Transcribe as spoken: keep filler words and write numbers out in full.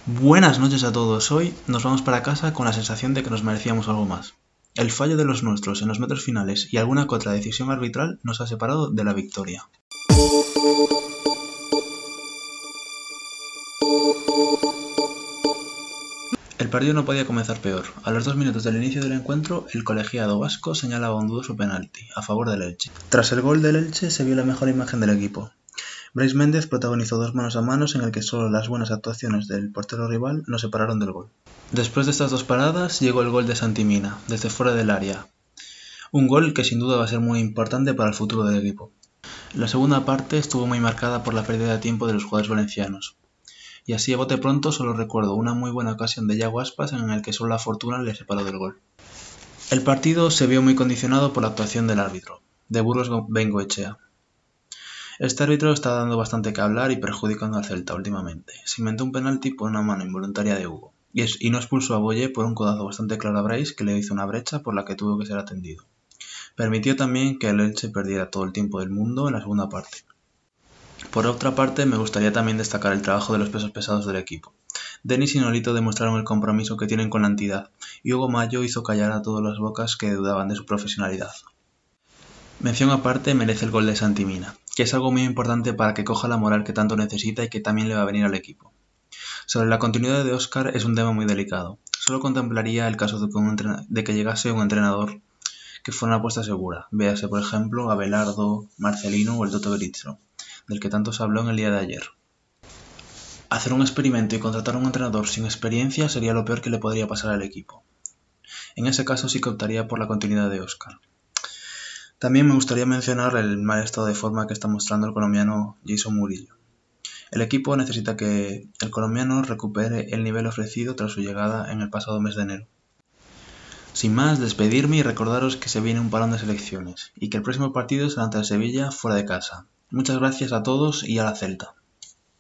Buenas noches a todos. Hoy nos vamos para casa con la sensación de que nos merecíamos algo más. El fallo de los nuestros en los metros finales y alguna que otra decisión arbitral nos ha separado de la victoria. El partido no podía comenzar peor. A los dos minutos del inicio del encuentro, el colegiado vasco señalaba un dudoso penalti a favor del Elche. Tras el gol del Elche se vio la mejor imagen del equipo. Brais Méndez protagonizó dos manos a manos en el que solo las buenas actuaciones del portero rival nos separaron del gol. Después de estas dos paradas llegó el gol de Santi Mina, desde fuera del área. Un gol que sin duda va a ser muy importante para el futuro del equipo. La segunda parte estuvo muy marcada por la pérdida de tiempo de los jugadores valencianos. Y así a bote pronto solo recuerdo una muy buena ocasión de Yago Aspas en el que solo la fortuna le separó del gol. El partido se vio muy condicionado por la actuación del árbitro, de Burgos Bengoechea. Este árbitro está dando bastante que hablar y perjudicando al Celta últimamente. Se inventó un penalti por una mano involuntaria de Hugo, y, es, y no expulsó a Boye por un codazo bastante claro a Brais que le hizo una brecha por la que tuvo que ser atendido. Permitió también que el Elche perdiera todo el tiempo del mundo en la segunda parte. Por otra parte, me gustaría también destacar el trabajo de los pesos pesados del equipo. Denis y Nolito demostraron el compromiso que tienen con la entidad, y Hugo Mayo hizo callar a todas las bocas que dudaban de su profesionalidad. Mención aparte merece el gol de Santi Mina, que es algo muy importante para que coja la moral que tanto necesita y que también le va a venir al equipo. Sobre la continuidad de Óscar es un tema muy delicado. Solo contemplaría el caso de que, un entren- de que llegase un entrenador que fuera una apuesta segura. Véase, por ejemplo, Abelardo, Marcelino o el Toto Berizzo, del que tanto se habló en el día de ayer. Hacer un experimento y contratar a un entrenador sin experiencia sería lo peor que le podría pasar al equipo. En ese caso sí que optaría por la continuidad de Óscar. También me gustaría mencionar el mal estado de forma que está mostrando el colombiano Jason Murillo. El equipo necesita que el colombiano recupere el nivel ofrecido tras su llegada en el pasado mes de enero. Sin más, despedirme y recordaros que se viene un parón de selecciones y que el próximo partido será ante el Sevilla fuera de casa. Muchas gracias a todos y a la Celta.